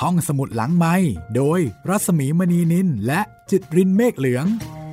ห้องสมุดหลังไมค์โดยรัศมีมณีนินและจิตรินเมฆเหลือง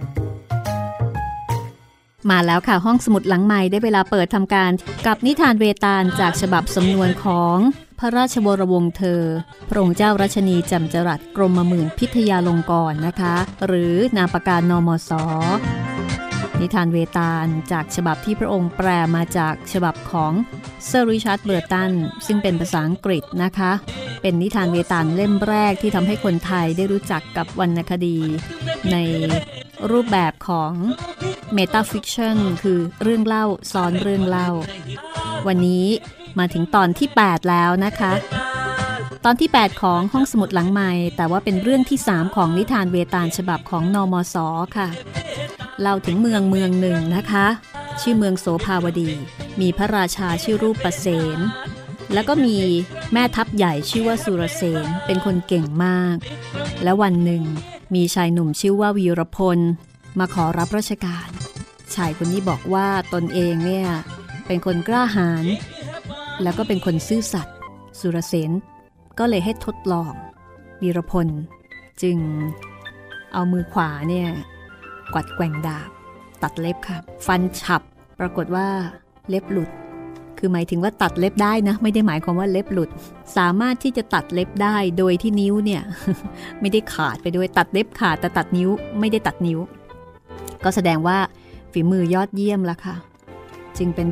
มาแล้วค่ะห้องสมุดหลังไมค์ได้เวลาเปิดทำการกับนิทานเวตาลจากฉบับสำนวนของพระราชวรวงศ์เธอพระองค์เจ้ารัชนีจำจรัสกรมหมื่นพิทยาลงกรณ์นะคะหรือนามปากกานมส.นิทานเวตาลจากฉบับที่พระองค์แปลมาจากฉบับของเซอร์ริชาร์ดเบอร์ตันซึ่งเป็นภาษาอังกฤษนะคะเป็นนิทานเวตาลเล่มแรกที่ทำให้คนไทยได้รู้จักกับวรรณคดีในรูปแบบของเมตาฟิกชันคือเรื่องเล่าซ้อนเรื่องเล่าวันนี้มาถึงตอนที่8แล้วนะคะตอนที่8ของห้องสมุดหลังไมค์แต่ว่าเป็นเรื่องที่3ของนิทานเวตาลฉบับของนมส.ค่ะเล่าถึงเมืองหนึ่งนะคะชื่อเมืองโสภาวดีมีพระราชาชื่อรูปเสนแล้วก็มีแม่ทัพใหญ่ชื่อว่าสุรเสนเป็นคนเก่งมากและวันหนึ่งมีชายหนุ่มชื่อว่าวีรพลมาขอรับราชการชายคนนี้บอกว่าตนเองเนี่ยเป็นคนกล้าหาญแล้วก็เป็นคนซื่อสัตย์สุรเสนก็เลยให้ทดลองวีรพลจึงเอามือขวาเนี่ยกวัดแกว่งดาบตัดเล็บค่ะฟันฉับปรากฏว่าเล็บหลุดคือหมายถึงว่าตัดเล็บได้นะไม่ได้หมายความว่าเล็บหลุดสามารถที่จะตัดเล็บได้โดยที่นิ้วเนี่ย ไม่ได้ขาดไปด้วยตัดเล็บขาดแต่ตัดนิ้วไม่ได้ตัดนิ้วก็แสดงว่าฝีมือยอดเยี่ยมละค่ะจึงเป็น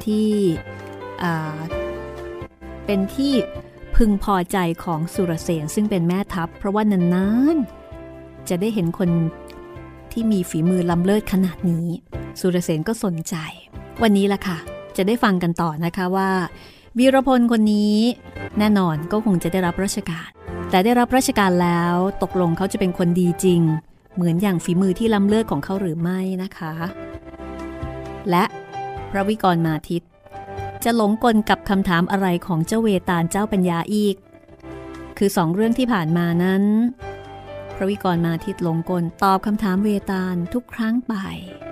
ที่พึงพอใจของสุรเสนซึ่งเป็นแม่ทัพเพราะว่านานๆจะได้เห็นคนที่มีฝีมือล้ำเลิศขนาดนี้สุรเสนก็สนใจวันนี้ล่ะค่ะจะได้ฟังกันต่อนะคะว่าวีรพลคนนี้แน่นอนก็คงจะได้รับราชการแต่ได้รับราชการแล้วตกลงเขาจะเป็นคนดีจริงเหมือนอย่างฝีมือที่ล้ำเลิศของเขาหรือไม่นะคะและพระวิกรมาทิตจะหลงกลกับคำถามอะไรของเจ้าเวตาลเจ้าปัญญาอีกคือ2เรื่องที่ผ่านมานั้นพระวิกรมาทิตหลงกลตอบคำถามเวตาลทุกครั้งไป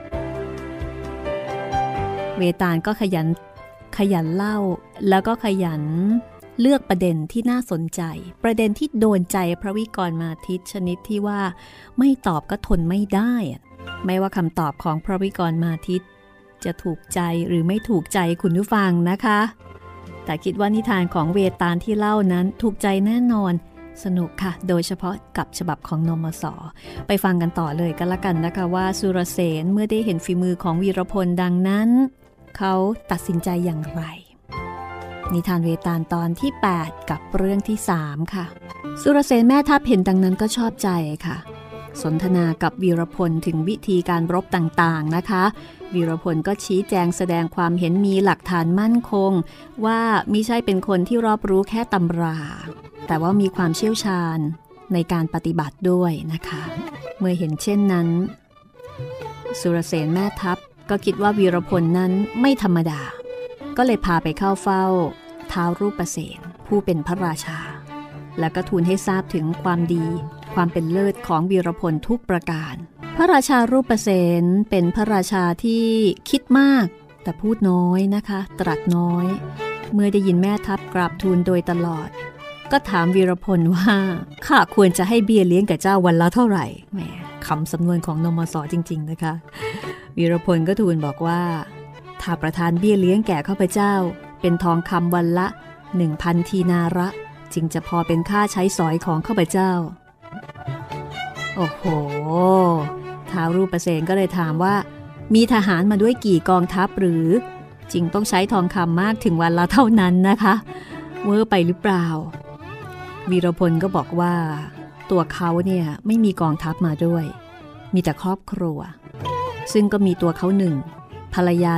เวตาลก็ขยันเล่าแล้วก็ขยันเลือกประเด็นที่น่าสนใจประเด็นที่โดนใจพระวิกรมาทิตชนิดที่ว่าไม่ตอบก็ทนไม่ได้ไม่ว่าคำตอบของพระวิกรมาทิตจะถูกใจหรือไม่ถูกใจคุณผู้ฟังนะคะแต่คิดว่านิทานของเวตาลที่เล่านั้นถูกใจแน่นอนสนุกค่ะโดยเฉพาะกับฉบับของนมส.ไปฟังกันต่อเลยกันละกันนะคะว่าสุรเสนเมื่อได้เห็นฝีมือของวีรพลดังนั้นเขาตัดสินใจอย่างไรนิทานเวตาลตอนที่8กับเรื่องที่3ค่ะสุรเสนแม่ทัพเห็นดังนั้นก็ชอบใจค่ะสนทนากับวีรพลถึงวิธีการรบต่างๆนะคะวีรพลก็ชี้แจงแสดงความเห็นมีหลักฐานมั่นคงว่ามิใช่เป็นคนที่รอบรู้แค่ตำราแต่ว่ามีความเชี่ยวชาญในการปฏิบัติด้วยนะคะเมื่อเห็นเช่นนั้นสุรเสนแม่ทัพก็คิดว่าวีรพลนั้นไม่ธรรมดาก็เลยพาไปเข้าเฝ้าท้าวรูปเสนผู้เป็นพระราชาแล้วก็ทูลให้ทราบถึงความดีความเป็นเลิศของวีรพลทุกประการพระราชารูปเสนเป็นพระราชาที่คิดมากแต่พูดน้อยนะคะตรัสน้อยเมื่อได้ยินแม่ทัพกราบทูลโดยตลอดก็ถามวีรพลว่าข้าควรจะให้เบี้ยเลี้ยงกับเจ้าวันละเท่าไหร่แหมคำสำนวนของนมส.จริงๆนะคะวีรพลก็ทูลบอกว่าถ้าประทานเบี้ยเลี้ยงแก่ข้าพเจ้าเป็นทองคำวันละ 1,000 ทีนาระจึงจะพอเป็นค่าใช้สอยของข้าพเจ้าโอ้โหท้าวรูปเสนก็เลยถามว่ามีทหารมาด้วยกี่กองทัพหรือจึงต้องใช้ทองคำมากถึงวันละเท่านั้นนะคะเวอร์ไปหรือเปล่าวีรพลก็บอกว่าตัวเขาเนี่ยไม่มีกองทัพมาด้วยมีแต่ครอบครัวซึ่งก็มีตัวเขา1ภรรยา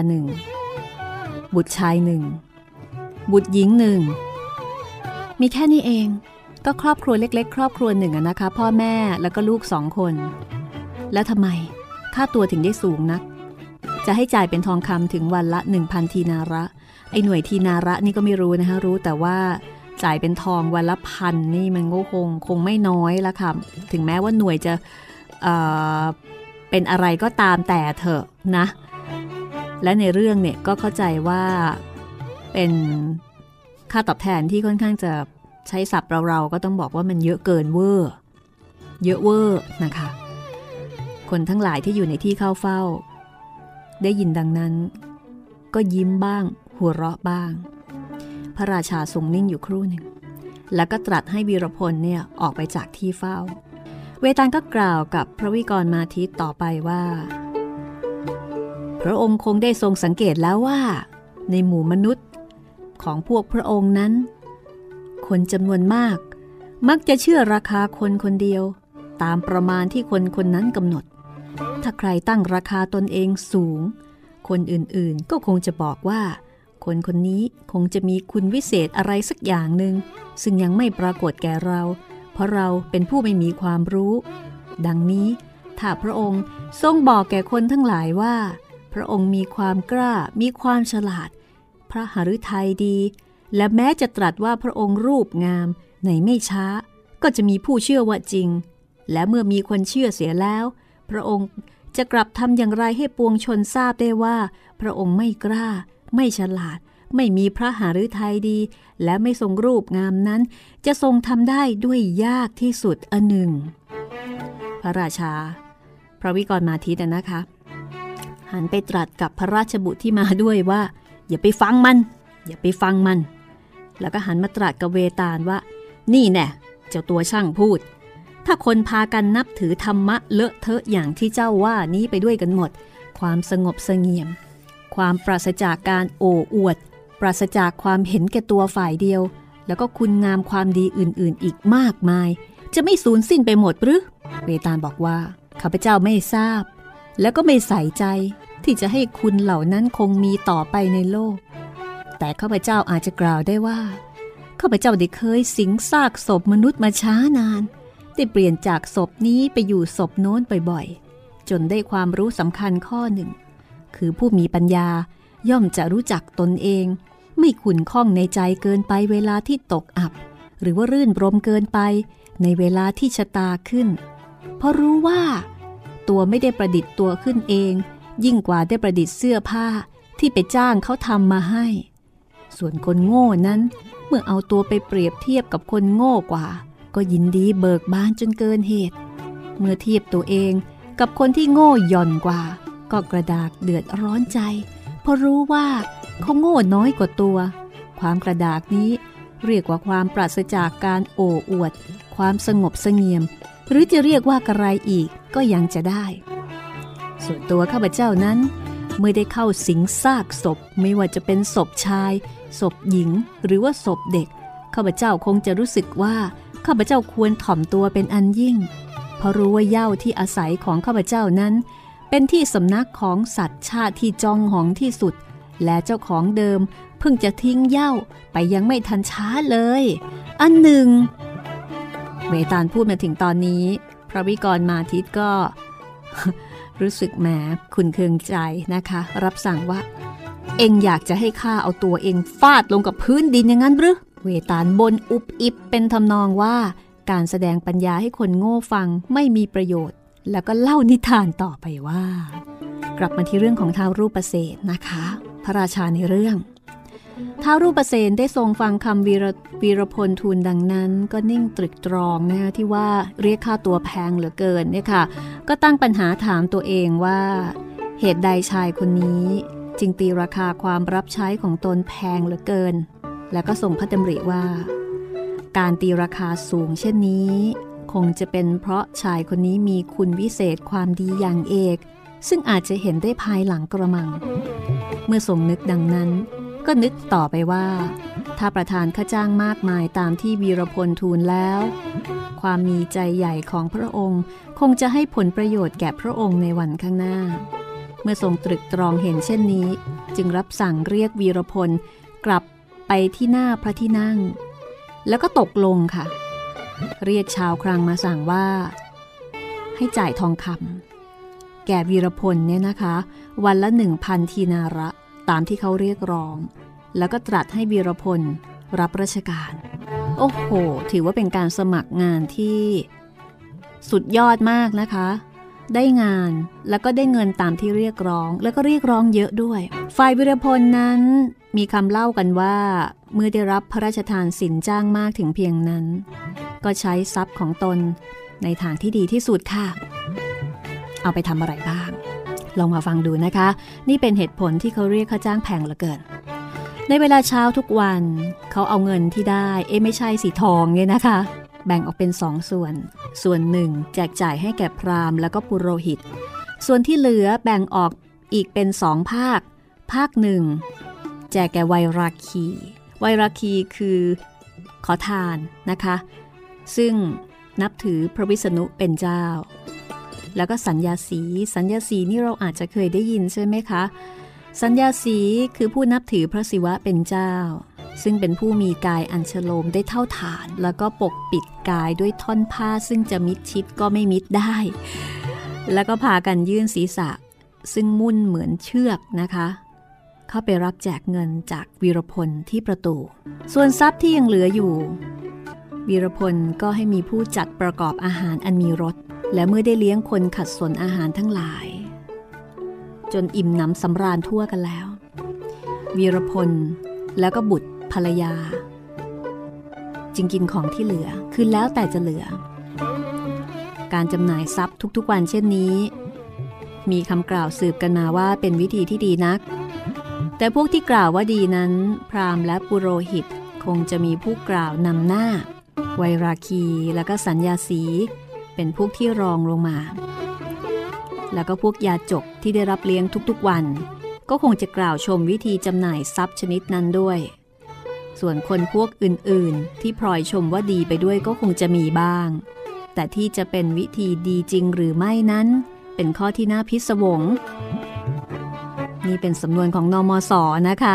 1บุตรชาย1บุตรหญิง1มีแค่นี้เองก็ครอบครัวเล็กๆครอบครัวหนึ่งนะคะพ่อแม่แล้วก็ลูก2คนแล้วทำไมค่าตัวถึงได้สูงนักจะให้จ่ายเป็นทองคำถึงวันละ 1,000 ทีนาระไอ้หน่วยทีนาระนี่ก็ไม่รู้นะคะรู้แต่ว่าจ่ายเป็นทองวันละ1,000นี่มันก็คงไม่น้อยละค่ะถึงแม้ว่าหน่วยจะเป็นอะไรก็ตามแต่เถอะนะและในเรื่องเนี่ยก็เข้าใจว่าเป็นค่าตอบแทนที่ค่อนข้างจะใช้ศัพท์เราก็ต้องบอกว่ามันเยอะเกินเวอร์เยอะเวอร์นะคะคนทั้งหลายที่อยู่ในที่เข้าเฝ้าได้ยินดังนั้นก็ยิ้มบ้างหัวเราะบ้างพระราชาทรงนิ่งอยู่ครู่หนึ่งแล้วก็ตรัสให้วีรพลเนี่ยออกไปจากที่เฝ้าเวตาลก็กล่าวกับพระวิกรมาทิตต่อไปว่าพระองค์คงได้ทรงสังเกตแล้วว่าในหมู่มนุษย์ของพวกพระองค์นั้นคนจำนวนมากมักจะเชื่อราคาคนคนเดียวตามประมาณที่คนคนนั้นกำหนดถ้าใครตั้งราคาตนเองสูงคนอื่นๆก็คงจะบอกว่าคนคนนี้คงจะมีคุณวิเศษอะไรสักอย่างหนึ่งซึ่งยังไม่ปรากฏแก่เราเพราะเราเป็นผู้ไม่มีความรู้ดังนี้ถ้าพระองค์ทรงบอกแก่คนทั้งหลายว่าพระองค์มีความกล้ามีความฉลาดพระหฤทัยดีและแม้จะตรัสว่าพระองค์รูปงามในไม่ช้าก็จะมีผู้เชื่อว่าจริงและเมื่อมีคนเชื่อเสียแล้วพระองค์จะกลับทำอย่างไรให้ปวงชนทราบได้ว่าพระองค์ไม่กล้าไม่ฉลาดไม่มีพระหฤทัยดีและไม่ทรงรูปงามนั้นจะทรงทำได้ด้วยยากที่สุดอันหนึ่งพระราชาพระวิกรมาทิตนะคะหันไปตรัสกับพระราชบุตรที่มาด้วยว่าอย่าไปฟังมันอย่าไปฟังมันแล้วก็หันมาตรัสกับเวตาลว่านี่แน่เจ้าตัวช่างพูดถ้าคนพากันนับถือธรรมะเลอะเทอะอย่างที่เจ้าว่านี้ไปด้วยกันหมดความสงบเสงี่ยมความปราศจากการโอ้อวดปราศจากความเห็นแก่ตัวฝ่ายเดียวแล้วก็คุณงามความดีอื่นๆอีกมากมายจะไม่สูญสิ้นไปหมดหรือเวตาลบอกว่าข้าพเจ้าไม่ทราบแล้วก็ไม่ใส่ใจที่จะให้คุณเหล่านั้นคงมีต่อไปในโลกแต่ข้าพเจ้าอาจจะกล่าวได้ว่าข้าพเจ้าได้เคยสิงซากศพมนุษย์มาช้านานได้เปลี่ยนจากศพนี้ไปอยู่ศพโน้นบ่อยๆจนได้ความรู้สำคัญข้อหนึ่งคือผู้มีปัญญาย่อมจะรู้จักตนเองไม่ขุ่นข้องในใจเกินไปเวลาที่ตกอับหรือว่ารื่นรมเกินไปในเวลาที่ชะตาขึ้นเพราะรู้ว่าตัวไม่ได้ประดิษฐ์ตัวขึ้นเองยิ่งกว่าได้ประดิษฐ์เสื้อผ้าที่ไปจ้างเขาทำมาให้ส่วนคนโง่นั้นเมื่อเอาตัวไปเปรียบเทียบกับคนโง่กว่าก็ยินดีเบิกบานจนเกินเหตุเมื่อเทียบตัวเองกับคนที่โง่หย่อนกว่าก็กระดากเดือดร้อนใจเพราะรู้ว่าเขาโง่น้อยกว่าตัวความกระดากนี้เรียกว่าความปราศจากการโอ้อวดความสงบเสงี่ยมหรือจะเรียกว่ากระไรอีกก็ยังจะได้ส่วนตัวข้าพเจ้านั้นเมื่อได้เข้าสิงซากศพไม่ว่าจะเป็นศพชายศพหญิงหรือว่าศพเด็กข้าพเจ้าคงจะรู้สึกว่าข้าพเจ้าควรถ่อมตัวเป็นอันยิ่งเพราะรู้ว่าเหย้าที่อาศัยของข้าพเจ้านั้นเป็นที่สำนักของสัตว์ชาติที่จองหองที่สุดและเจ้าของเดิมเพิ่งจะทิ้งเหย้าไปยังไม่ทันช้าเลยอันหนึ่งเวตาลพูดมาถึงตอนนี้พระวิกรมาทิตก็ รู้สึกแหมขุ่นเคืองใจนะคะรับสั่งว่าเอ็งอยากจะให้ข้าเอาตัวเอ็งฟาดลงกับพื้นดินอย่างนั้นหรือเวตาลบ่นอุบอิบเป็นทำนองว่าการแสดงปัญญาให้คนโง่ฟังไม่มีประโยชน์แล้วก็เล่านิทานต่อไปว่ากลับมาที่เรื่องของท้าวรูปเสนนะคะพระราชาในเรื่องท้าวรูปเสนได้ทรงฟังคำวีรพลทูลดังนั้นก็นิ่งตรึกตรองนะคะที่ว่าเรียกค่าตัวแพงเหลือเกินเนี่ยค่ะก็ตั้งปัญหาถามตัวเองว่าเหตุใดชายคนนี้จึงตีราคาความรับใช้ของตนแพงเหลือเกินแล้วก็ส่งพระดำริว่าการตีราคาสูงเช่นนี้คงจะเป็นเพราะชายคนนี้มีคุณวิเศษความดีอย่างเอกซึ่งอาจจะเห็นได้ภายหลังกระมังเมื่อทรงนึกดังนั้นก็นึกต่อไปว่าถ้าประธานค่าจ้างมากมายตามที่วีรพลทูลแล้วความมีใจใหญ่ของพระองค์คงจะให้ผลประโยชน์แก่พระองค์ในวันข้างหน้าเมื่อทรงตรึกตรองเห็นเช่นนี้จึงรับสั่งเรียกวีรพลกลับไปที่หน้าพระที่นั่งแล้วก็ตกลงค่ะเรียกชาวคลังมาสั่งว่าให้จ่ายทองคำแก่วีรพลเนี่ยนะคะวันละ 1,000 ทีนาระตามที่เขาเรียกร้องแล้วก็ตรัสให้วีรพลรับราชการโอ้โหถือว่าเป็นการสมัครงานที่สุดยอดมากนะคะได้งานแล้วก็ได้เงินตามที่เรียกร้องแล้วก็เรียกร้องเยอะด้วยฝ่ายวีรพลนั้นมีคำเล่ากันว่าเมื่อได้รับพระราชทานสินจ้างมากถึงเพียงนั้นก็ใช้ทรัพย์ของตนในทางที่ดีที่สุดค่ะเอาไปทำอะไรบ้างลองมาฟังดูนะคะนี่เป็นเหตุผลที่เขาเรียกค่าจ้างแพงเหลือเกินในเวลาเช้าทุกวันเขาเอาเงินที่ได้ไม่ใช่สีทองเนี่ยนะคะแบ่งออกเป็น2 ส่วนหนึ่งแจกจ่ายให้แก่พราหมณ์แล้วก็ปุโรหิตส่วนที่เหลือแบ่งออกอีกเป็น2 ภาคหนึ่งแจกแก่ไวราคีคือขอทานนะคะซึ่งนับถือพระวิษณุเป็นเจ้าแล้วก็สัญญาสีนี่เราอาจจะเคยได้ยินใช่ไหมคะสัญญาสีคือผู้นับถือพระศิวะเป็นเจ้าซึ่งเป็นผู้มีกายอัญชโลมได้เท่าฐานแล้วก็ปกปิดกายด้วยท่อนผ้าซึ่งจะมิดชิดก็ไม่มิดได้แล้วก็พากันยื่นศีรษะซึ่งมุ่นเหมือนเชือกนะคะเข้าไปรับแจกเงินจากวีรพลที่ประตูส่วนทรัพย์ที่ยังเหลืออยู่วีรพลก็ให้มีผู้จัดประกอบอาหารอันมีรสและเมื่อได้เลี้ยงคนขัดสนอาหารทั้งหลายจนอิ่มหนำสำราญทั่วกันแล้ววีรพลแล้วก็บุตรภรรยาจึงกินของที่เหลือคือแล้วแต่จะเหลือการจำหน่ายทรัพย์ทุกๆวันเช่นนี้มีคำกล่าวสืบกันมาว่าเป็นวิธีที่ดีนักแต่พวกที่กล่าวว่าดีนั้นพราหมณ์และปุโรหิตคงจะมีผู้กล่าวนำหน้าไวราคีและก็สัญญาสีเป็นพวกที่รองลงมาแล้วก็พวกยาจกที่ได้รับเลี้ยงทุกๆวันก็คงจะกล่าวชมวิธีจำหน่ายทรัพย์ชนิดนั้นด้วยส่วนคนพวกอื่นๆที่พลอยชมว่าดีไปด้วยก็คงจะมีบ้างแต่ที่จะเป็นวิธีดีจริงหรือไม่นั้นเป็นข้อที่น่าพิศวงนี่เป็นสำนวนของนมส.นะคะ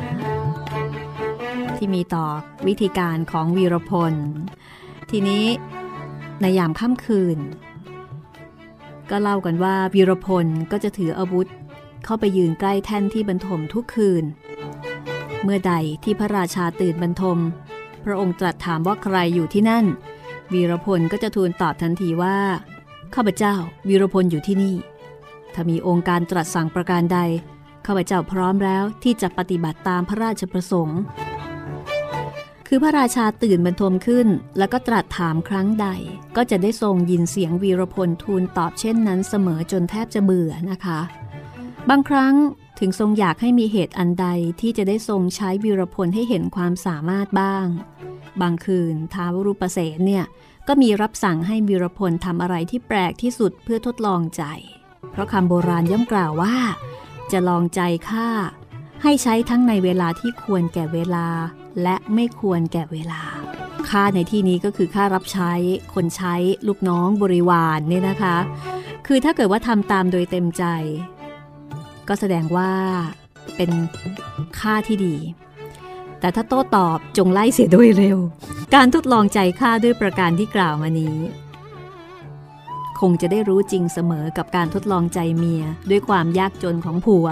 ที่มีต่อวิธีการของวีรพลทีนี้ในยามค่ำคืนก็เล่ากันว่าวีรพลก็จะถืออาวุธเข้าไปยืนใกล้แท่นที่บรรทมทุกคืนเมื่อใดที่พระราชาตื่นบรรทมพระองค์ตรัสถามว่าใครอยู่ที่นั่นวีรพลก็จะทูลตอบทันทีว่าข้าพเจ้าวีรพลอยู่ที่นี่ถ้ามีองค์การตรัสสั่งประการใดข้าพเจ้าพร้อมแล้วที่จะปฏิบัติตามพระราชประสงค์คือพระราชาตื่นบรรทมขึ้นแล้วก็ตรัสถามครั้งใดก็จะได้ทรงยินเสียงวีรพลทูลตอบเช่นนั้นเสมอจนแทบจะเบื่อนะคะบางครั้งถึงทรงอยากให้มีเหตุอันใดที่จะได้ทรงใช้วีรพลให้เห็นความสามารถบ้างบางคืนท้าวรุปเสนเนี่ยก็มีรับสั่งให้วีรพลทำอะไรที่แปลกที่สุดเพื่อทดลองใจเพราะคำโบราณย่อมกล่าวว่าจะลองใจข้าให้ใช้ทั้งในเวลาที่ควรแก่เวลาและไม่ควรแก่เวลาค่าในที่นี้ก็คือค่ารับใช้คนใช้ลูกน้องบริวารเนี่ยนะคะคือถ้าเกิดว่าทำตามโดยเต็มใจก็แสดงว่าเป็นค่าที่ดีแต่ถ้าโต้ตอบจงไล่เสียโดยเร็วการทดลองใจข้าด้วยประการที่กล่าวมานี้คงจะได้รู้จริงเสมอกับการทดลองใจเมียด้วยความยากจนของผัว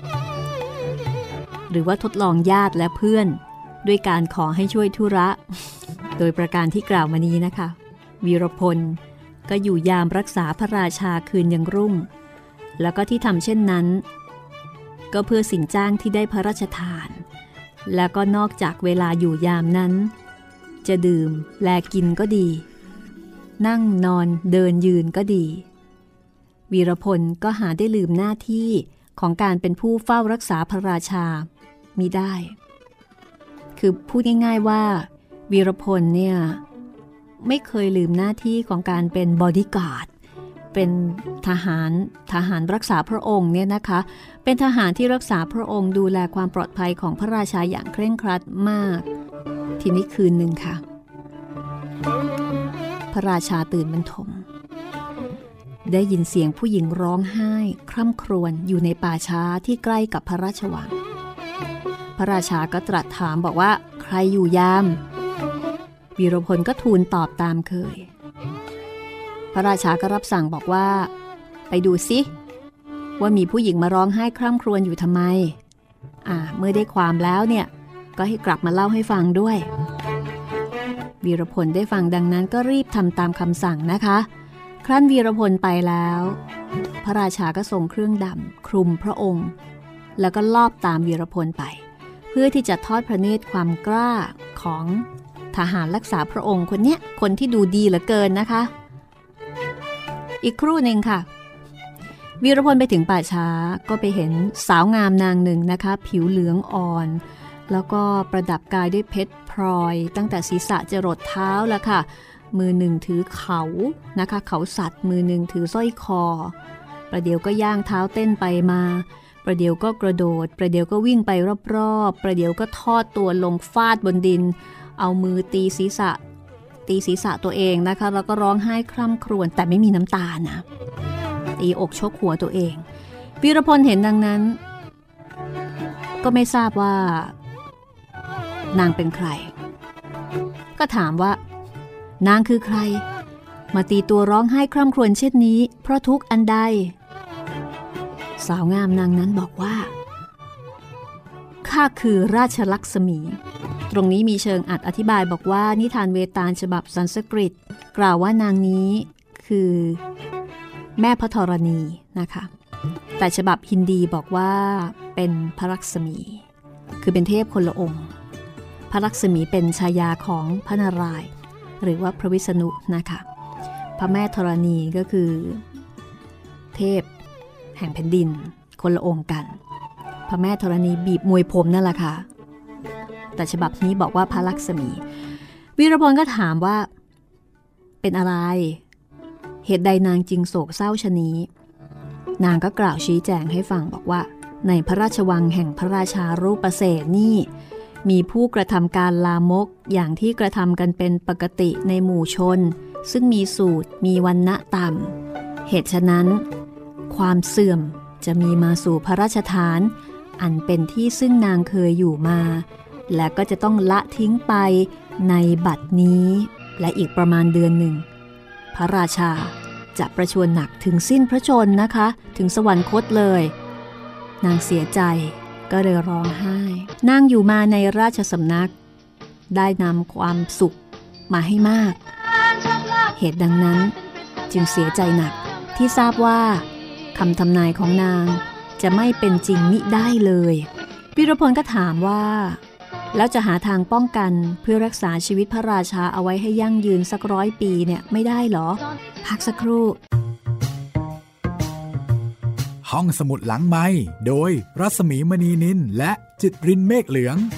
หรือว่าทดลองญาติและเพื่อนด้วยการขอให้ช่วยธุระโดยประการที่กล่าวมานี้นะคะวีรพลก็อยู่ยามรักษาพระราชาคืนยังรุ่งแล้วก็ที่ทำเช่นนั้นก็เพื่อสินจ้างที่ได้พระราชทานแล้วก็นอกจากเวลาอยู่ยามนั้นจะดื่มแลกินก็ดีนั่งนอนเดินยืนก็ดีวีรพลก็หาได้ลืมหน้าที่ของการเป็นผู้เฝ้ารักษาพระราชามิได้คือพูดง่ายๆว่าวีรพลเนี่ยไม่เคยลืมหน้าที่ของการเป็นบอดี้การ์ดเป็นทหารรักษาพระองค์เนี่ยนะคะเป็นทหารที่รักษาพระองค์ดูแลความปลอดภัยของพระราชาอย่างเคร่งครัดมากทีนี้คืนหนึ่งค่ะพระราชาตื่นบรรทมได้ยินเสียงผู้หญิงร้องไห้คร่ำครวญอยู่ในป่าช้าที่ใกล้กับพระราชวังพระราชาก็ตรัสถามบอกว่าใครอยู่ยามวีรพลก็ทูลตอบตามเคยพระราชาก็รับสั่งบอกว่าไปดูซิว่ามีผู้หญิงมาร้องไห้คร่ำครวญอยู่ทำไมเมื่อได้ความแล้วเนี่ยก็ให้กลับมาเล่าให้ฟังด้วยวีรพลได้ฟังดังนั้นก็รีบทำตามคำสั่งนะคะครั้นวีรพลไปแล้วพระราชาก็ทรงเครื่องดำคลุมพระองค์แล้วก็ลอบตามวีรพลไปพื่อที่จะทอดพระเนตรความกล้าของทหารรักษาพระองค์คนเนี้ยคนที่ดูดีเหลือเกินนะคะอีกครู่หนึ่งค่ะวีรพลไปถึงป่าช้าก็ไปเห็นสาวงามนางหนึ่งนะคะผิวเหลืองอ่อนแล้วก็ประดับกายด้วยเพชรพลอยตั้งแต่ศีรษะจรดเท้าแล้วค่ะมือหนึ่งถือเขานะคะเขาสัตว์มือหนึ่งถือสร้อยคอประเดี๋ยวก็ย่างเท้าเต้นไปมาประเดี๋ยวก็กระโดดประเดี๋ยวก็วิ่งไปรอบๆประเดี๋ยวก็ทอดตัวลงฟาดบนดินเอามือตีศีรษะตัวเองนะคะแล้วก็ร้องไห้คร่ำครวญแต่ไม่มีน้ำตานะตีอกชกหัวตัวเองวีรพลเห็นดังนั้นก็ไม่ทราบว่านางเป็นใครก็ถามว่านางคือใครมาตีตัวร้องไห้คร่ำครวญเช่นนี้เพราะทุกข์อันใดสาวงามนางนั้นบอกว่าข้าคือราชลักษมีตรงนี้มีเชิงอธิบายบอกว่านิทานเวตาลฉบับสันสกฤตกล่าวว่านางนี้คือแม่พระธรณีนะคะแต่ฉบับฮินดีบอกว่าเป็นพระลักษมีคือเป็นเทพคนละองค์พระลักษมีเป็นชายาของพระนารายณ์หรือว่าพระวิษณุนะคะพระแม่ธรณีก็คือเทพแห่งแผ่นดินคนละองค์กันพระแม่ธรณีบีบมวยผมนั่นแหละค่ะแต่ฉบับนี้บอกว่าพระลักษมีวีรพลก็ถามว่าเป็นอะไรเหตุใดนางจึงโศกเศร้าชะนี้นางก็กล่าวชี้แจงให้ฟังบอกว่าในพระราชวังแห่งพระราชารูปเสนนี่มีผู้กระทำการลามกอย่างที่กระทำกันเป็นปกติในหมู่ชนซึ่งมีสูตรมีวรรณะต่ำเหตุฉะนั้นความเสื่อมจะมีมาสู่พระราชฐานอันเป็นที่ซึ่งนางเคยอยู่มาและก็จะต้องละทิ้งไปในบัดนี้และอีกประมาณเดือนหนึ่งพระราชาจะประชวรหนักถึงสิ้นพระชนนะคะถึงสวรรคตเลยนางเสียใจก็เลยร้องไห้นางอยู่มาในราชสำนักได้นำความสุขมาให้มากเหตุดังนั้นจึงเสียใจหนักที่ทราบว่าคำทำนายของนางจะไม่เป็นจริงมิได้เลยวีรพลก็ถามว่าแล้วจะหาทางป้องกันเพื่อรักษาชีวิตพระราชาเอาไว้ให้ยั่งยืนสัก100 ปีเนี่ยไม่ได้หรอพักสักครู่ห้องสมุดหลังไมค์โดยรัศมีมณีนินและจิตรินเมฆเหลือง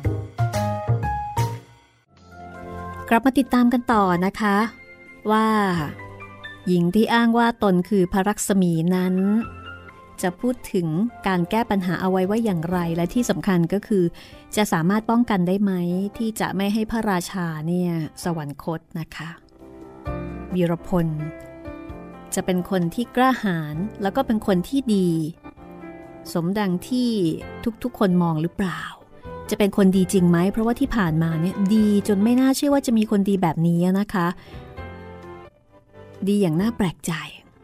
กลับมาติดตามกันต่อนะคะว่าหญิงที่อ้างว่าตนคือพระลักษมีนั้นจะพูดถึงการแก้ปัญหาเอาไว้ว่าอย่างไรและที่สำคัญก็คือจะสามารถป้องกันได้ไหมที่จะไม่ให้พระราชาเนี่ยสวรรคตนะคะวีรพลจะเป็นคนที่กล้าหาญแล้วก็เป็นคนที่ดีสมดังที่ทุกๆคนมองหรือเปล่าจะเป็นคนดีจริงไหมเพราะว่าที่ผ่านมาเนี่ยดีจนไม่น่าเชื่อว่าจะมีคนดีแบบนี้นะคะดีอย่างน่าแปลกใจ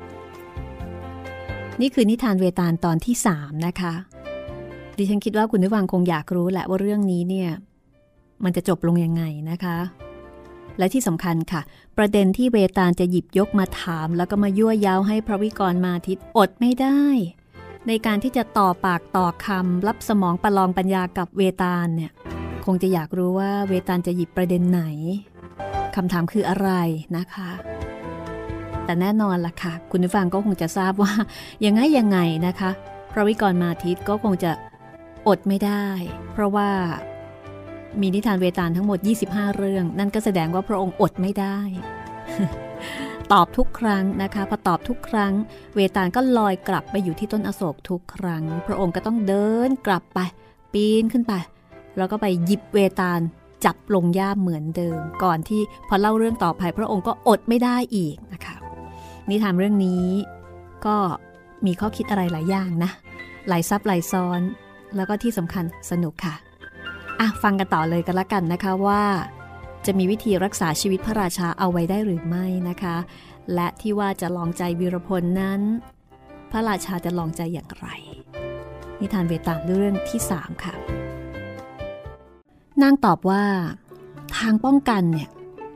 นี่คือนิทานเวตาลตอนที่3นะคะดิฉันคิดว่าคุณผู้ฟังคงอยากรู้แหละว่าเรื่องนี้เนี่ยมันจะจบลงยังไงนะคะและที่สำคัญค่ะประเด็นที่เวตาลจะหยิบยกมาถามแล้วก็มายั่วย้าวให้พระวิกรมาทิตอดไม่ได้ในการที่จะต่อปากต่อคำรับสมองประลองปัญญากับเวตาลเนี่ยคงจะอยากรู้ว่าเวตาลจะหยิบประเด็นไหนคำถามคืออะไรนะคะแต่แน่นอนล่ะค่ะคุณผู้ฟังก็คงจะทราบว่ายังไงนะคะพระวิกรมาทิตก็คงจะอดไม่ได้เพราะว่ามีนิทานเวตาลทั้งหมด25เรื่องนั่นก็แสดงว่าพระองค์อดไม่ได้ ตอบทุกครั้งนะคะพอตอบทุกครั้งเวตาลก็ลอยกลับไปอยู่ที่ต้นอโศกทุกครั้งพระองค์ก็ต้องเดินกลับไปปีนขึ้นไปแล้วก็ไปหยิบเวตาลจับลงย่ามเหมือนเดิมก่อนที่พอเล่าเรื่องต่อไปพระองค์ก็อดไม่ได้อีกนะคะนิทานเรื่องนี้ก็มีข้อคิดอะไรหลายอย่างนะหลายซับหลายซ้อนแล้วก็ที่สำคัญสนุกค่ะฟังกันต่อเลยกันละกันนะคะว่าจะมีวิธีรักษาชีวิตพระราชาเอาไว้ได้หรือไม่นะคะและที่ว่าจะลองใจวีรพลนั้นพระราชาจะลองใจอย่างไรนิทานเวตาลเรื่องที่3ค่ะนางตอบว่าทางป้องกันเนี่ย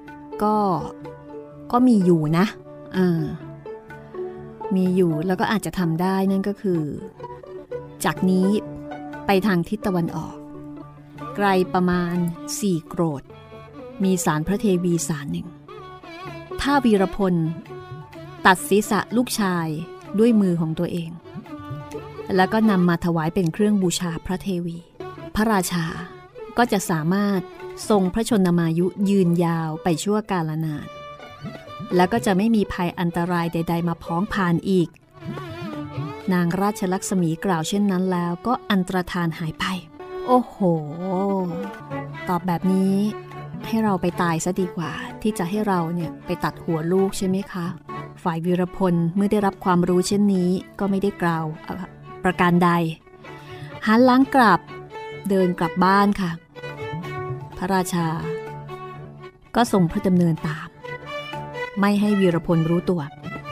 ก็มีอยู่นะมีอยู่แล้วก็อาจจะทำได้นั่นก็คือจากนี้ไปทางทิศตะวันออกไกลประมาณ4 โกรธมีศาลพระเทวีศาลหนึ่งถ้าวีรพลตัดศีรษะลูกชายด้วยมือของตัวเองแล้วก็นำมาถวายเป็นเครื่องบูชาพระเทวีพระราชาก็จะสามารถทรงพระชนมายุยืนยาวไปชั่วกาลนานแล้วก็จะไม่มีภัยอันตรายใดๆมาพ้องผ่านอีกนางราชลักษมีกล่าวเช่นนั้นแล้วก็อันตรธานหายไปโอ้โหตอบแบบนี้ให้เราไปตายซะดีกว่าที่จะให้เราเนี่ยไปตัดหัวลูกใช่ไหมคะฝ่ายวีรพลเมื่อได้รับความรู้เช่นนี้ก็ไม่ได้กล่าวประการใดหันหลังกลับเดินกลับบ้านค่ะพระราชาก็ทรงพระดำเนินตามไม่ให้วีรพลรู้ตัว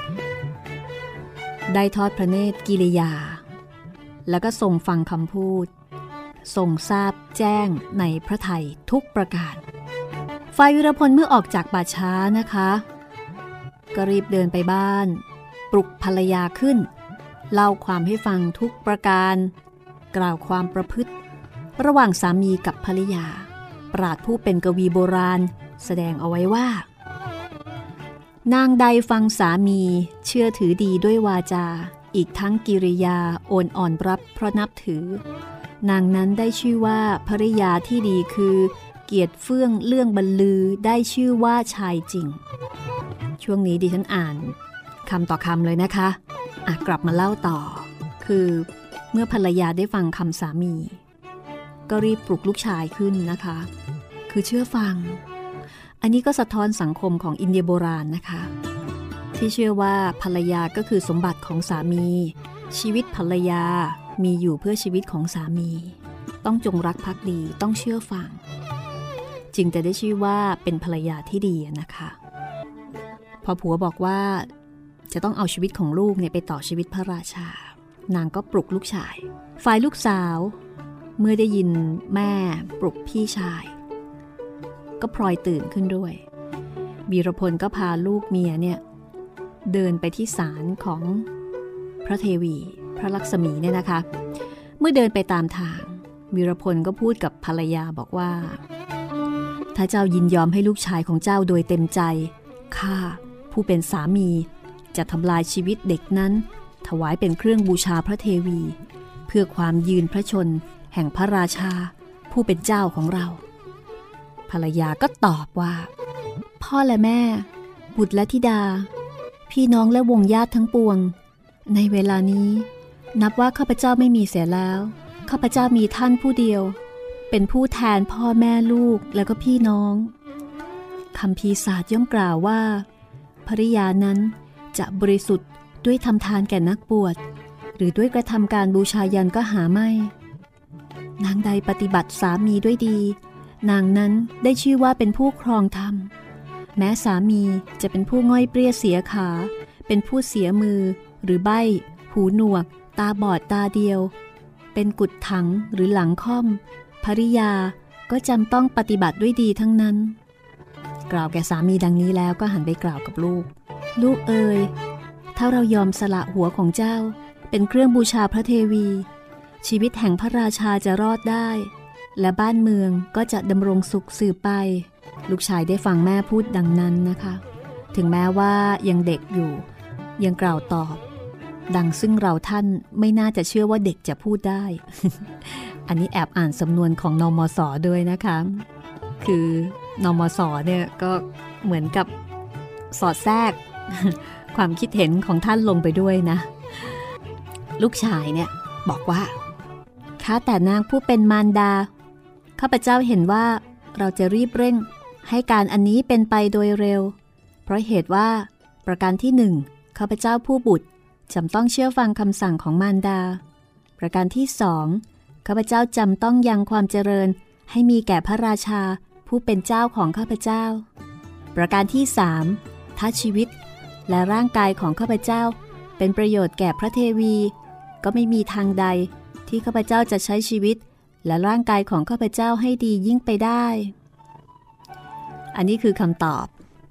ได้ทอดพระเนตรกิริยาแล้วก็ทรงฟังคำพูดทรงทราบแจ้งในพระทัยทุกประการฝ่ายวีรพลเมื่อออกจากป่าช้านะคะก็รีบเดินไปบ้านปลุกภรรยาขึ้นเล่าความให้ฟังทุกประการกล่าวความประพฤติระหว่างสามีกับภรรยาปราชญ์ผู้เป็นกวีโบราณแสดงเอาไว้ว่านางใดฟังสามีเชื่อถือดีด้วยวาจาอีกทั้งกิริยาโอนอ่อนรับเพราะนับถือนางนั้นได้ชื่อว่าภริยาที่ดีคือเกียรติเฟื่องเรื่องบรรลือได้ชื่อว่าชายจริงช่วงนี้ดิฉันอ่านคำต่อคำเลยนะคะกลับมาเล่าต่อคือเมื่อภรรยาได้ฟังคำสามีก็รีบปลุกลูกชายขึ้นนะคะคือเชื่อฟังอันนี้ก็สะท้อนสังคมของอินเดียโบราณนะคะที่เชื่อว่าภรรยาก็คือสมบัติของสามีชีวิตภรรยามีอยู่เพื่อชีวิตของสามีต้องจงรักภักดีต้องเชื่อฟังจึงจะได้ชื่อว่าเป็นภรรยาที่ดีนะคะพอผัวบอกว่าจะต้องเอาชีวิตของลูกเนี่ยไปต่อชีวิตพระราชานางก็ปลุกลูกชายฝ่ายลูกสาวเมื่อได้ยินแม่ปลุกพี่ชายก็พลอยตื่นขึ้นด้วยวีรพลก็พาลูกเมียเนี่ยเดินไปที่ศาลของพระเทวีพระลักษมีเนี่ยนะคะเมื่อเดินไปตามทางวีรพลก็พูดกับภรรยาบอกว่าถ้าเจ้ายินยอมให้ลูกชายของเจ้าโดยเต็มใจข้าผู้เป็นสามีจะทำลายชีวิตเด็กนั้นถวายเป็นเครื่องบูชาพระเทวีเพื่อความยืนพระชนแห่งพระราชาผู้เป็นเจ้าของเราภรรยาก็ตอบว่าพ่อและแม่บุตรและธิดาพี่น้องและวงญาติทั้งปวงในเวลานี้นับว่าข้าพเจ้าไม่มีเสียแล้วข้าพเจ้ามีท่านผู้เดียวเป็นผู้แทนพ่อแม่ลูกแล้วก็พี่น้องคัมภีร์ศาสตร์ย่อมกล่าวว่าภริยานั้นจะบริสุทธิ์ด้วยทำทานแก่นักบวชหรือด้วยกระทำการบูชายันก็หาไม่นางใดปฏิบัติสามีด้วยดีนางนั้นได้ชื่อว่าเป็นผู้ครองธรรมแม้สามีจะเป็นผู้ง่อยเปรี้ยเสียขาเป็นผู้เสียมือหรือใบ้หูหนวกตาบอดตาเดียวเป็นกุดถังหรือหลังค่อมภริยาก็จำต้องปฏิบัติด้วยดีทั้งนั้นกล่าวแก่สามีดังนี้แล้วก็หันไปกล่าวกับลูกลูกเอ๋ยถ้าเรายอมสละหัวของเจ้าเป็นเครื่องบูชาพระเทวีชีวิตแห่งพระราชาจะรอดได้และบ้านเมืองก็จะดำรงสุขสืบไปลูกชายได้ฟังแม่พูดดังนั้นนะคะถึงแม้ว่ายังเด็กอยู่ยังกล่าวตอบดังซึ่งเราท่านไม่น่าจะเชื่อว่าเด็กจะพูดได้ อันนี้แอบอ่านสำนวนของนมส.ด้วยนะคะคือนมส.เนี่ยก็เหมือนกับสอดแทรก ความคิดเห็นของท่านลงไปด้วยนะลูกชายเนี่ยบอกว่าข้าแต่นางผู้เป็นมารดาข้าพเจ้าเห็นว่าเราจะรีบเร่งให้การอันนี้เป็นไปโดยเร็วเพราะเหตุว่าประการที่หนึ่งข้าพเจ้าผู้บุตรจำต้องเชื่อฟังคำสั่งของมารดาประการที่สองข้าพเจ้าจำต้องยังความเจริญให้มีแก่พระราชาผู้เป็นเจ้าของข้าพเจ้าประการที่สามถ้าชีวิตและร่างกายของข้าพเจ้าเป็นประโยชน์แก่พระเทวีก็ไม่มีทางใดที่ข้าพเจ้าจะใช้ชีวิตและร่างกายของข้าพเจ้าให้ดียิ่งไปได้อันนี้คือคำตอบ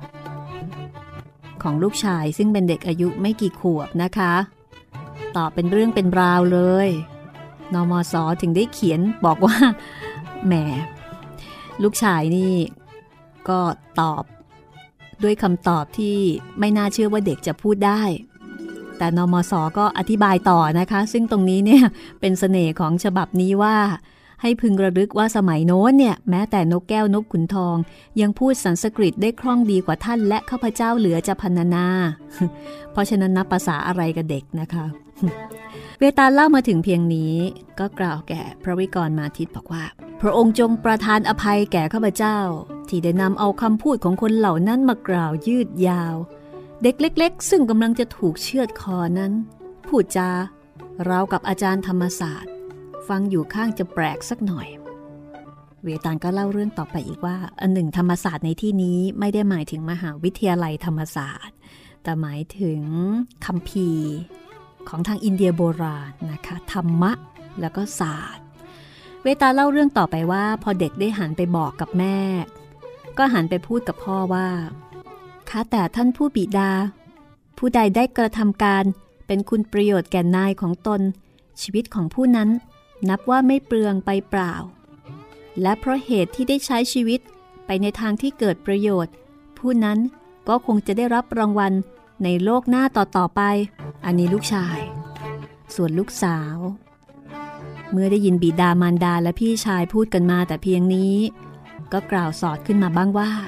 ของลูกชายซึ่งเป็นเด็กอายุไม่กี่ขวบนะคะตอบเป็นเรื่องเป็นราวเลยนมส.ถึงได้เขียนบอกว่าแหมลูกชายนี่ก็ตอบด้วยคำตอบที่ไม่น่าเชื่อว่าเด็กจะพูดได้แต่นมส.ก็อธิบายต่อนะคะซึ่งตรงนี้เนี่ยเป็นเสน่ห์ของฉบับนี้ว่าให้พึงระลึกว่าสมัยโน้นเนี่ยแม้แต่นกแก้วนกขุนทองยังพูดสันสกฤตได้คล่องดีกว่าท่านและข้าพเจ้าเหลือจะพรรณนา เพราะฉะนั้นนับภาษาอะไรกับเด็กนะคะ เวตาลเล่ามาถึงเพียงนี้ก็กล่าวแก่พระวิกรมาทิตบอกว่าพระองค์จงประทานอภัยแก่ข้าพเจ้าที่ได้นำเอาคำพูดของคนเหล่านั้นมากล่าวยืดยาวเด็กเล็กๆซึ่งกำลังจะถูกเชือดคอนั้นพูดจาราวกับอาจารย์ธรรมศาสตร์ฟังอยู่ข้างจะแปลกสักหน่อยเวตาลก็เล่าเรื่องต่อไปอีกว่าอันหนึ่งธรรมศาสตร์ในที่นี้ไม่ได้หมายถึงมหาวิทยาลัยธรรมศาสตร์แต่หมายถึงคัมภีร์ของทางอินเดียโบราณนะคะธรรมะแล้วก็ศาสตร์เวตาลเล่าเรื่องต่อไปว่าพอเด็กได้หันไปบอกกับแม่ก็หันไปพูดกับพ่อว่าข้าแต่ท่านผู้บิดาผู้ใดได้กระทำการเป็นคุณประโยชน์แก่นายของตนชีวิตของผู้นั้นนับว่าไม่เปลืองไปเปล่าและเพราะเหตุที่ได้ใช้ชีวิตไปในทางที่เกิดประโยชน์ผู้นั้นก็คงจะได้รับรางวัลในโลกหน้าต่อไปอันนี้ลูกชายส่วนลูกสาวเมื่อได้ยินบิดามารดาและพี่ชายพูดกันมาแต่เพียงนี้ก็กล่าวสอดขึ้นมาบ้างว่า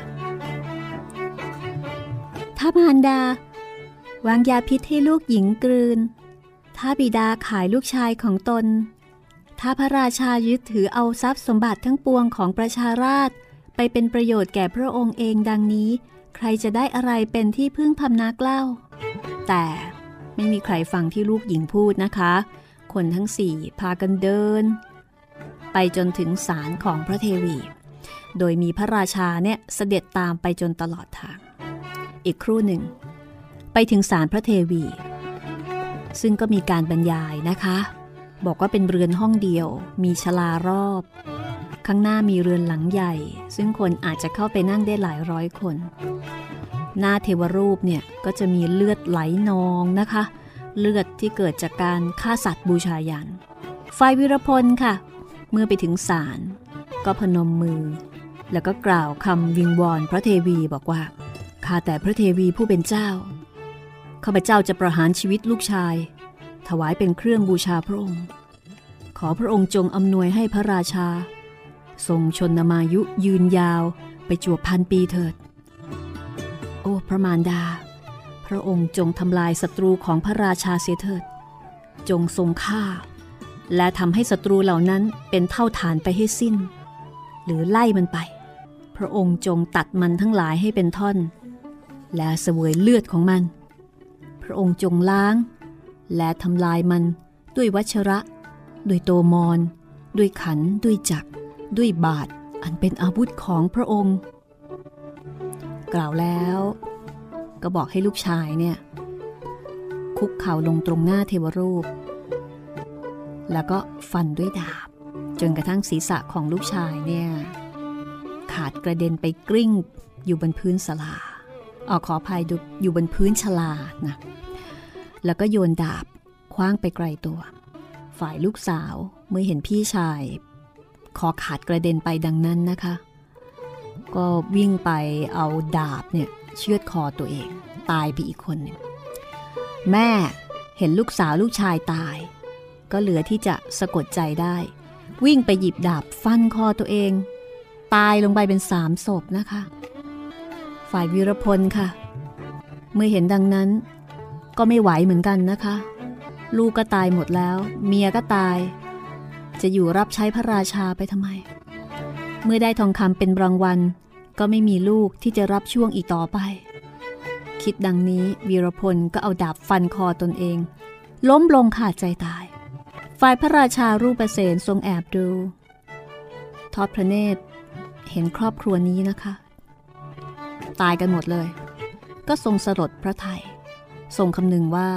ถ้ามารดาวางยาพิษให้ลูกหญิงกลืนถ้าบิดาขายลูกชายของตนถ้าพระราชายึดถือเอาทรัพย์สมบัติทั้งปวงของประชาราษฎร์ไปเป็นประโยชน์แก่พระองค์เองดังนี้ใครจะได้อะไรเป็นที่พึ่งพำนักเล่าแต่ไม่มีใครฟังที่ลูกหญิงพูดนะคะคนทั้งสี่พากันเดินไปจนถึงศาลของพระเทวีโดยมีพระราชาเนี่ยเสด็จตามไปจนตลอดทางอีกครู่หนึ่งไปถึงศาลพระเทวีซึ่งก็มีการบรรยายนะคะบอกว่าเป็นเรือนห้องเดียวมีศาลารอบข้างหน้ามีเรือนหลังใหญ่ซึ่งคนอาจจะเข้าไปนั่งได้หลายร้อยคนหน้าเทวรูปเนี่ยก็จะมีเลือดไหลนองนะคะเลือดที่เกิดจากการฆ่าสัตว์บูชายันฝ่ายวีรพลค่ะเมื่อไปถึงศาลก็พนมมือแล้วก็กล่าวคำวิงวอนพระเทวีบอกว่าข้าแต่พระเทวีผู้เป็นเจ้าข้าพเจ้าจะประหารชีวิตลูกชายถวายเป็นเครื่องบูชาพระองค์ขอพระองค์จงอำนวยให้พระราชาทรงชนมายุยืนยาวไปจวบพันปีเถิดโอ้พระมารดาพระองค์จงทำลายศัตรูของพระราชาเสียเถิดจงทรงฆ่าและทำให้ศัตรูเหล่านั้นเป็นเท่าฐานไปให้สิ้นหรือไล่มันไปพระองค์จงตัดมันทั้งหลายให้เป็นท่อนและเสวยเลือดของมันพระองค์จงล้างและทำลายมันด้วยวัชระด้วยโตมอนด้วยขันด้วยจักรด้วยบาทอันเป็นอาวุธของพระองค์กล่าวแล้วก็บอกให้ลูกชายเนี่ยคุกเข่าลงตรงหน้าเทวรูปแล้วก็ฟันด้วยดาบจนกระทั่งศีรษะของลูกชายเนี่ยขาดกระเด็นไปกลิ้งอยู่บนพื้นศาลาขออภัยอยู่บนพื้นชลานะแล้วก็โยนดาบคว้างไปไกลตัวฝ่ายลูกสาวเมื่อเห็นพี่ชายคอขาดกระเด็นไปดังนั้นนะคะก็วิ่งไปเอาดาบเนี่ยเชือดคอตัวเองตายไปอีกคนหนึ่งแม่เห็นลูกสาวลูกชายตายก็เหลือที่จะสะกดใจได้วิ่งไปหยิบดาบฟันคอตัวเองตายลงไปเป็น3 ศพนะคะฝ่ายวีรพลค่ะเมื่อเห็นดังนั้นก็ไม่ไหวเหมือนกันนะคะลูกก็ตายหมดแล้วเมียก็ตายจะอยู่รับใช้พระราชาไปทำไมเมื่อได้ทองคำเป็นรางวัลก็ไม่มีลูกที่จะรับช่วงอีกต่อไปคิดดังนี้วีรพลก็เอาดาบฟันคอตนเองล้มลงขาดใจตายฝ่ายพระราชารูปเสนทรงแอบดูทอดพระเนตรเห็นครอบครัวนี้นะคะตายกันหมดเลยก็ทรงสลดพระทัยทรงคำนึงว่า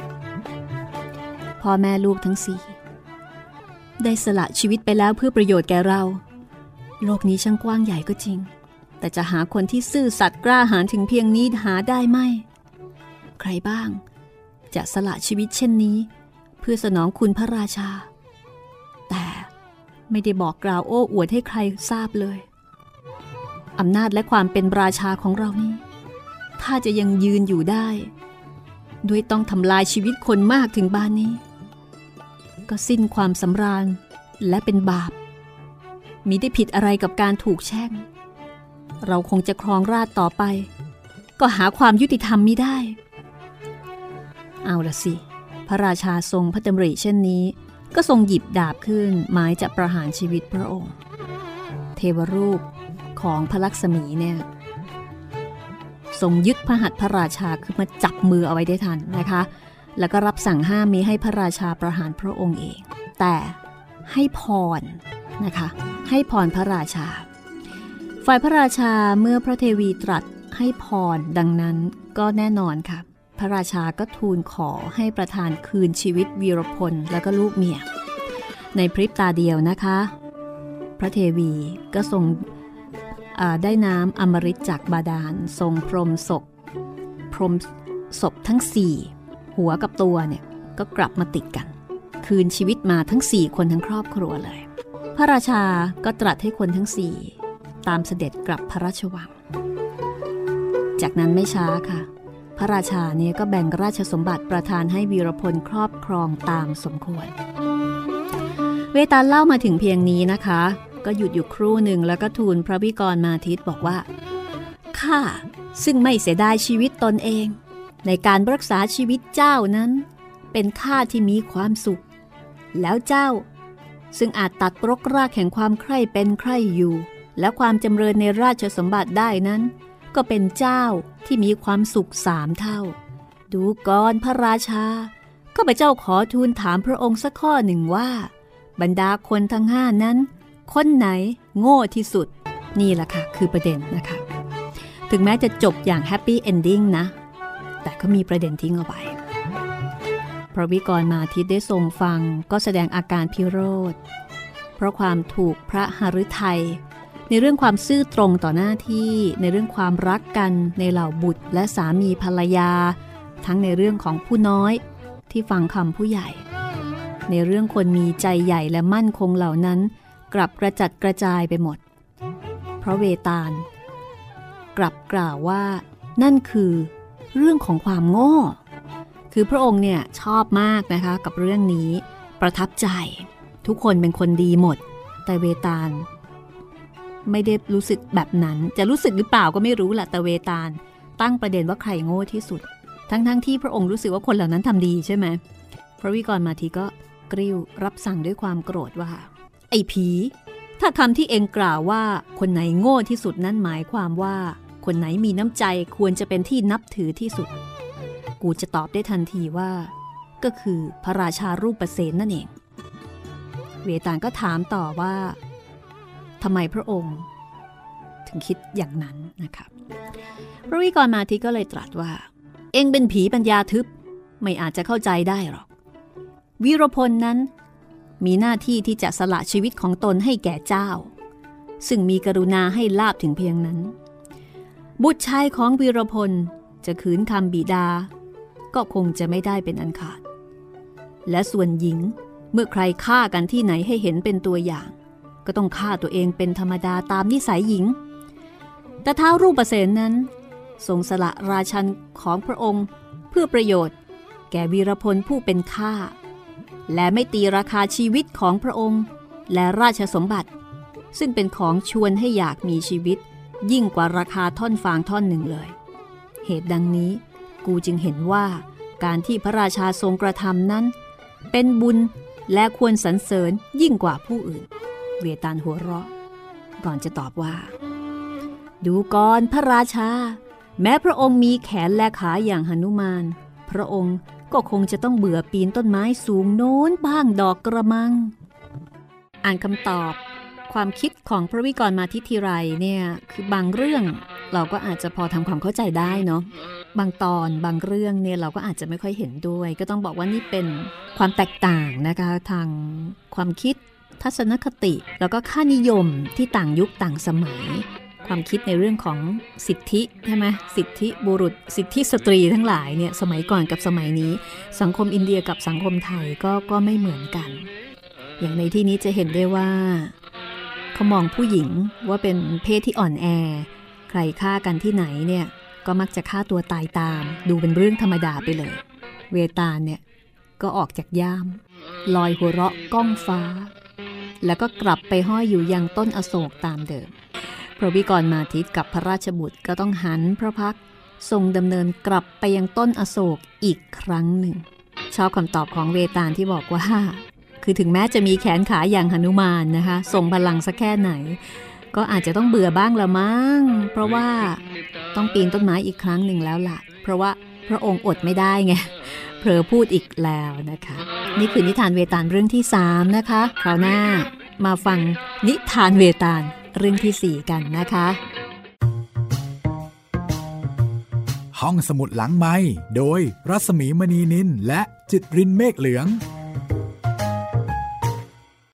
พ่อแม่ลูกทั้ง4ได้สละชีวิตไปแล้วเพื่อประโยชน์แก่เราโลกนี้ช่างกว้างใหญ่ก็จริงแต่จะหาคนที่ซื่อสัตย์กล้าหาญถึงเพียงนี้หาได้ไหมใครบ้างจะสละชีวิตเช่นนี้เพื่อสนองคุณพระราชาแต่ไม่ได้บอกกล่าวโอ้อวดให้ใครทราบเลยอำนาจและความเป็นราชาของเรานี่ถ้าจะยังยืนอยู่ได้ด้วยต้องทำลายชีวิตคนมากถึงบ้านนี้ก็สิ้นความสำราญและเป็นบาปมิได้ผิดอะไรกับการถูกแช่งเราคงจะครองราชย์ต่อไปก็หาความยุติธรรมมิได้เอาละสิพระราชาทรงพระดำริเช่นนี้ก็ทรงหยิบดาบขึ้นหมายจะประหารชีวิตพระองค์เทวรูปของพระลักษมีเนี่ยทรงยึดพระหัตถ์พระราชาขึ้นมาจับมือเอาไว้ได้ทันนะคะแล้วก็รับสั่งห้ามมิให้พระราชาประหารพระองค์เองแต่ให้พรนะคะให้พรพระราชาฝ่ายพระราชาเมื่อพระเทวีตรัสให้พรดังนั้นก็แน่นอนค่ะพระราชาก็ทูลขอให้ประทานคืนชีวิตวีรพลและก็ลูกเมียในพริบตาเดียวนะคะพระเทวีก็ทรงได้น้ำอมฤตจากบาดาลทรงพรมศพทั้ง4หัวกับตัวเนี่ยก็กลับมาติดกันคืนชีวิตมาทั้ง4คนทั้งครอบครัวเลยพระราชาก็ตรัสให้คนทั้ง4ตามเสด็จกลับพระราชวังจากนั้นไม่ช้าค่ะพระราชาเนี่ยก็แบ่งราชสมบัติประทานให้วีรพลครอบครองตามสมควรเวตาลเล่ามาถึงเพียงนี้นะคะก็หยุดอยู่ครู่หนึ่งแล้วก็ทูลพระวิกรมาทิตบอกว่าข้าซึ่งไม่เสียดายชีวิตตนเองในการรักษาชีวิตเจ้านั้นเป็นข้าที่มีความสุขแล้วเจ้าซึ่งอาจตัดรกรากแห่งความใคร่เป็นใคร่อยู่และความจำเริญในราชสมบัติได้นั้นก็เป็นเจ้าที่มีความสุข3 เท่าดูก่อนพระราชาข้าพเจ้าขอทูลถามพระองค์สักข้อหนึ่งว่าบรรดาคนทั้ง5นั้นคนไหนโง่ที่สุดนี่แหละค่ะคือประเด็นนะคะถึงแม้จะจบอย่างแฮปปี้เอนดิ้งนะแต่ก็มีประเด็นทิ้งเอาไว้พระวิกรมาทิตได้ทรงฟังก็แสดงอาการพิโรธเพราะความถูกพระหฤทัยในเรื่องความซื่อตรงต่อหน้าที่ในเรื่องความรักกันในเหล่าบุตรและสามีภรรยาทั้งในเรื่องของผู้น้อยที่ฟังคำผู้ใหญ่ในเรื่องคนมีใจใหญ่และมั่นคงเหล่านั้นกลับกระจัดกระจายไปหมดเพราะเวตาลกลับกล่าวว่านั่นคือเรื่องของความโง่คือพระองค์เนี่ยชอบมากนะคะกับเรื่องนี้ประทับใจทุกคนเป็นคนดีหมดแต่เวตาลไม่ได้รู้สึกแบบนั้นจะรู้สึกหรือเปล่าก็ไม่รู้แหละแต่เวตาลตั้งประเด็นว่าใครโง่ที่สุดทั้งที่พระองค์รู้สึกว่าคนเหล่านั้นทำดีใช่ไหมพระวิกรมาทิก็กริ้วรับสั่งด้วยความโกรธว่าไอ้ผีถ้าคำที่เองกล่าวว่าคนไหนโง่ที่สุดนั้นหมายความว่าคนไหนมีน้ำใจควรจะเป็นที่นับถือที่สุดกูจะตอบได้ทันทีว่าก็คือพระราชารูปเสนนั่นเองเวตาลก็ถามต่อว่าทำไมพระองค์ถึงคิดอย่างนั้นนะครับพระวิกรมาทิก็เลยตรัสว่าเองเป็นผีปัญญาทึบไม่อาจจะเข้าใจได้หรอกวีรพลนั้นมีหน้าที่ที่จะสละชีวิตของตนให้แก่เจ้าซึ่งมีกรุณาให้ลาภถึงเพียงนั้นบุตรชายของวีรพลจะขืนคำบิดาก็คงจะไม่ได้เป็นอันขาดและส่วนหญิงเมื่อใครฆ่ากันที่ไหนให้เห็นเป็นตัวอย่างก็ต้องฆ่าตัวเองเป็นธรรมดาตามนิสัยหญิงแต่ท้าวรูปเสนนั้นทรงสละราชันของพระองค์เพื่อประโยชน์แก่วีรพลผู้เป็นข้าและไม่ตีราคาชีวิตของพระองค์และราชสมบัติซึ่งเป็นของชวนให้อยากมีชีวิตยิ่งกว่าราคาท่อนฟางท่อนหนึ่งเลยเหตุดังนี้กูจึงเห็นว่าการที่พระราชาทรงกระทำนั้นเป็นบุญและควรสรรเสริญยิ่งกว่าผู้อื่นเวตาลหัวเราะก่อนจะตอบว่าดูก่อนพระราชาแม้พระองค์มีแขนและขาอย่างหนุมานพระองค์ก็คงจะต้องเบื่อปีนต้นไม้สูงโน้นบ้างดอกกระมังอ่านคำตอบความคิดของพระวิกรมาทิทีไรเนี่ยคือบางเรื่องเราก็อาจจะพอทำความเข้าใจได้เนาะบางตอนบางเรื่องเนี่ยเราก็อาจจะไม่ค่อยเห็นด้วยก็ต้องบอกว่านี่เป็นความแตกต่างนะคะทางความคิดทัศนคติแล้วก็ค่านิยมที่ต่างยุคต่างสมัยความคิดในเรื่องของสิทธิใช่ไหมสิทธิบุรุษสิทธิสตรีทั้งหลายเนี่ยสมัยก่อนกับสมัยนี้สังคมอินเดียกับสังคมไทยก็ไม่เหมือนกันอย่างในที่นี้จะเห็นได้ว่าเขามองผู้หญิงว่าเป็นเพศที่อ่อนแอใครฆ่ากันที่ไหนเนี่ยก็มักจะฆ่าตัวตายตามดูเป็นเรื่องธรรมดาไปเลยเวตาลเนี่ยก็ออกจากย่ามลอยหัวเราะก้องฟ้าแล้วก็กลับไปห้อยอยู่ยังต้นอโศกตามเดิมพระวิกรมาทิตกับพระราชบุตรก็ต้องหันพระพักทรงดำเนินกลับไปยังต้นอโศกอีกครั้งหนึ่งชอบคำตอบของเวตาลที่บอกว่าคือถึงแม้จะมีแขนขาอย่างหนุมานนะคะทรงพลังสักแค่ไหนก็อาจจะต้องเบื่อบ้างละมั้งเพราะว่าต้องปีนต้นไม้อีกครั้งหนึ่งแล้วล่ะเพราะว่าพระองค์อดไม่ได้ไงเผลอพูดอีกแล้วนะคะนี่คือนิทานเวตาลเรื่องที่3นะคะคราวหน้ามาฟังนิทานเวตาลเรื่องที่4กันนะคะห้องสมุดหลังไมค์โดยรัศมีมณีนินและจิตรินเมฆเหลือง